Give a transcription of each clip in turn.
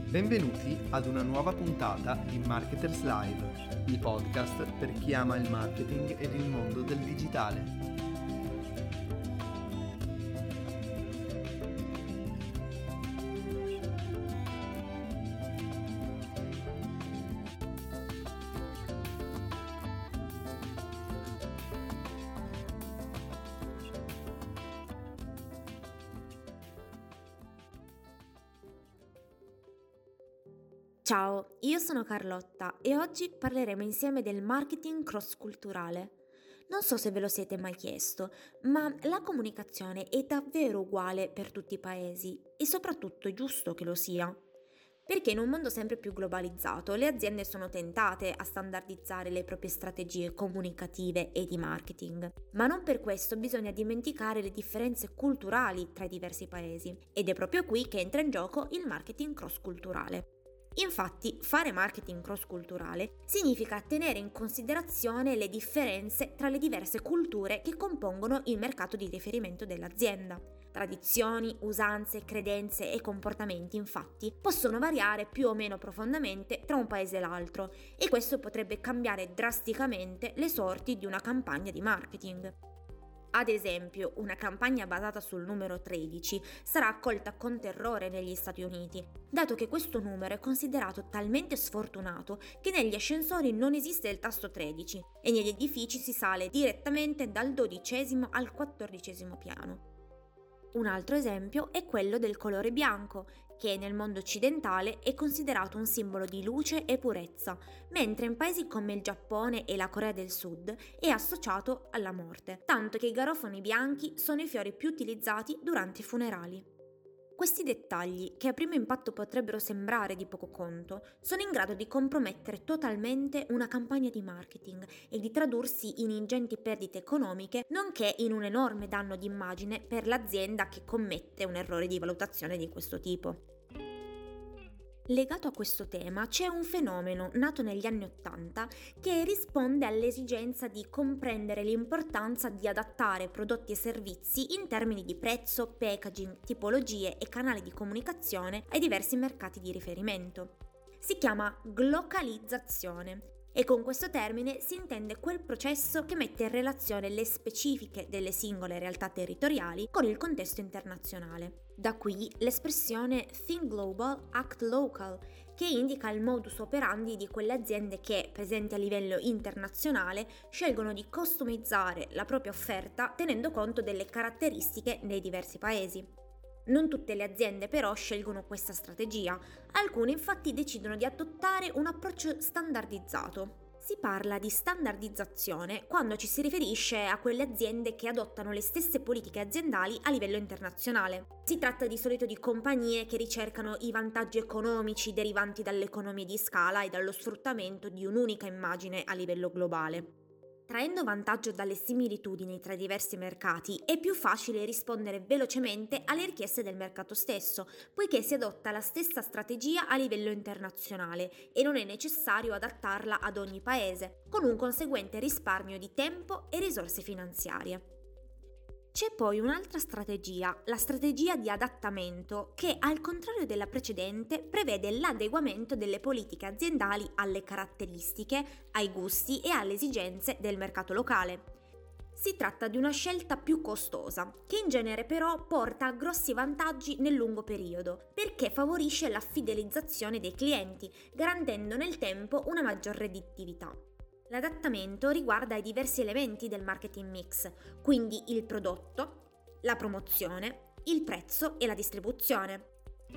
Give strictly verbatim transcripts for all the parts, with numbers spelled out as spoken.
Benvenuti ad una nuova puntata di Marketers Live, il podcast per chi ama il marketing ed il mondo del digitale. Ciao, io sono Carlotta e oggi parleremo insieme del marketing cross-culturale. Non so se ve lo siete mai chiesto, ma la comunicazione è davvero uguale per tutti i paesi e soprattutto è giusto che lo sia. Perché in un mondo sempre più globalizzato le aziende sono tentate a standardizzare le proprie strategie comunicative e di marketing, ma non per questo bisogna dimenticare le differenze culturali tra i diversi paesi ed è proprio qui che entra in gioco il marketing cross-culturale. Infatti, fare marketing cross-culturale significa tenere in considerazione le differenze tra le diverse culture che compongono il mercato di riferimento dell'azienda. Tradizioni, usanze, credenze e comportamenti, infatti, possono variare più o meno profondamente tra un paese e l'altro e questo potrebbe cambiare drasticamente le sorti di una campagna di marketing. Ad esempio, una campagna basata sul numero tredici sarà accolta con terrore negli Stati Uniti, dato che questo numero è considerato talmente sfortunato che negli ascensori non esiste il tasto tredici e negli edifici si sale direttamente dal dodicesimo al quattordicesimo piano. Un altro esempio è quello del colore bianco, che nel mondo occidentale è considerato un simbolo di luce e purezza, mentre in paesi come il Giappone e la Corea del Sud è associato alla morte, tanto che i garofani bianchi sono i fiori più utilizzati durante i funerali. Questi dettagli, che a primo impatto potrebbero sembrare di poco conto, sono in grado di compromettere totalmente una campagna di marketing e di tradursi in ingenti perdite economiche, nonché in un enorme danno di immagine per l'azienda che commette un errore di valutazione di questo tipo. Legato a questo tema c'è un fenomeno nato negli anni Ottanta che risponde all'esigenza di comprendere l'importanza di adattare prodotti e servizi in termini di prezzo, packaging, tipologie e canali di comunicazione ai diversi mercati di riferimento. Si chiama glocalizzazione e con questo termine si intende quel processo che mette in relazione le specifiche delle singole realtà territoriali con il contesto internazionale. Da qui l'espressione Think Global, Act Local, che indica il modus operandi di quelle aziende che, presenti a livello internazionale, scelgono di customizzare la propria offerta tenendo conto delle caratteristiche dei diversi paesi. Non tutte le aziende però scelgono questa strategia, alcune infatti decidono di adottare un approccio standardizzato. Si parla di standardizzazione quando ci si riferisce a quelle aziende che adottano le stesse politiche aziendali a livello internazionale. Si tratta di solito di compagnie che ricercano i vantaggi economici derivanti dalle economie di scala e dallo sfruttamento di un'unica immagine a livello globale. Traendo vantaggio dalle similitudini tra i diversi mercati, è più facile rispondere velocemente alle richieste del mercato stesso, poiché si adotta la stessa strategia a livello internazionale e non è necessario adattarla ad ogni paese, con un conseguente risparmio di tempo e risorse finanziarie. C'è poi un'altra strategia, la strategia di adattamento, che al contrario della precedente prevede l'adeguamento delle politiche aziendali alle caratteristiche, ai gusti e alle esigenze del mercato locale. Si tratta di una scelta più costosa, che in genere però porta a grossi vantaggi nel lungo periodo, perché favorisce la fidelizzazione dei clienti, garantendo nel tempo una maggior redditività. L'adattamento riguarda i diversi elementi del marketing mix, quindi il prodotto, la promozione, il prezzo e la distribuzione.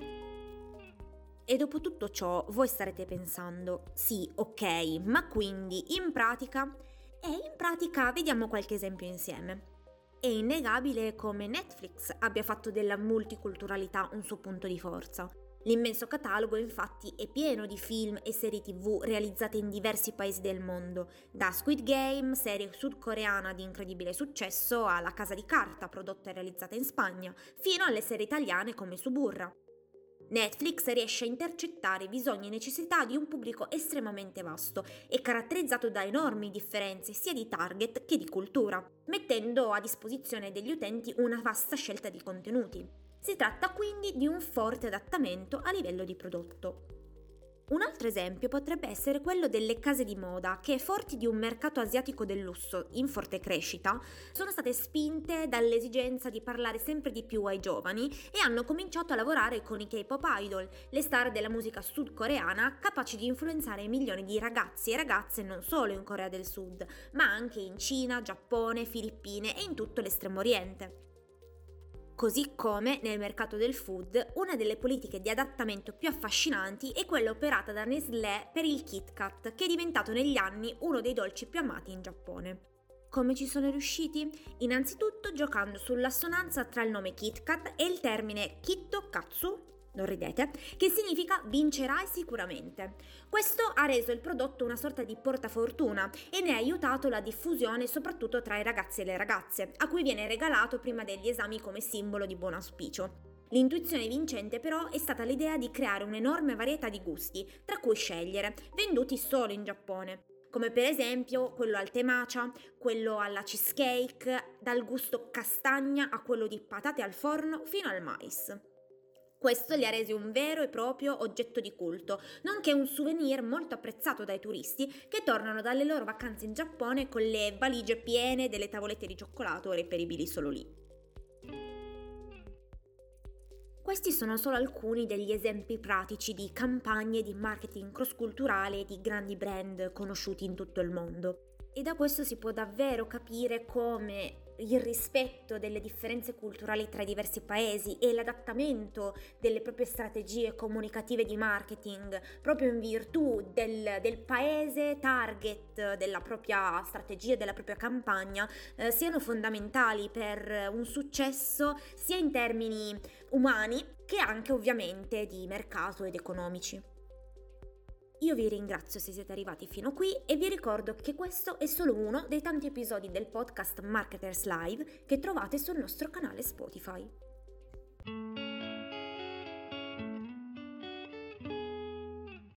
E dopo tutto ciò voi starete pensando, sì, ok, ma quindi in pratica? E in pratica vediamo qualche esempio insieme. È innegabile come Netflix abbia fatto della multiculturalità un suo punto di forza. L'immenso catalogo infatti è pieno di film e serie tv realizzate in diversi paesi del mondo, da Squid Game, serie sudcoreana di incredibile successo, alla Casa di Carta, prodotta e realizzata in Spagna, fino alle serie italiane come Suburra. Netflix riesce a intercettare i bisogni e necessità di un pubblico estremamente vasto e caratterizzato da enormi differenze sia di target che di cultura, mettendo a disposizione degli utenti una vasta scelta di contenuti. Si tratta quindi di un forte adattamento a livello di prodotto. Un altro esempio potrebbe essere quello delle case di moda che, forti di un mercato asiatico del lusso in forte crescita, sono state spinte dall'esigenza di parlare sempre di più ai giovani e hanno cominciato a lavorare con i K-pop idol, le star della musica sudcoreana capaci di influenzare milioni di ragazzi e ragazze non solo in Corea del Sud, ma anche in Cina, Giappone, Filippine e in tutto l'Estremo Oriente. Così come nel mercato del food, una delle politiche di adattamento più affascinanti è quella operata da Nestlé per il Kit Kat, che è diventato negli anni uno dei dolci più amati in Giappone. Come ci sono riusciti? Innanzitutto giocando sull'assonanza tra il nome Kit Kat e il termine Kitto Katsu, non ridete, che significa vincerai sicuramente. Questo ha reso il prodotto una sorta di portafortuna e ne ha aiutato la diffusione soprattutto tra i ragazzi e le ragazze, a cui viene regalato prima degli esami come simbolo di buon auspicio. L'intuizione vincente però è stata l'idea di creare un'enorme varietà di gusti, tra cui scegliere, venduti solo in Giappone, come per esempio quello al tè matcha, quello alla cheesecake, dal gusto castagna a quello di patate al forno fino al mais. Questo li ha resi un vero e proprio oggetto di culto, nonché un souvenir molto apprezzato dai turisti che tornano dalle loro vacanze in Giappone con le valigie piene delle tavolette di cioccolato reperibili solo lì. Questi sono solo alcuni degli esempi pratici di campagne di marketing cross-culturale di grandi brand conosciuti in tutto il mondo. E da questo si può davvero capire come il rispetto delle differenze culturali tra i diversi paesi e l'adattamento delle proprie strategie comunicative di marketing proprio in virtù del, del paese target della propria strategia, della propria campagna, eh, siano fondamentali per un successo sia in termini umani che anche ovviamente di mercato ed economici. Io vi ringrazio se siete arrivati fino qui e vi ricordo che questo è solo uno dei tanti episodi del podcast Marketers Live che trovate sul nostro canale Spotify.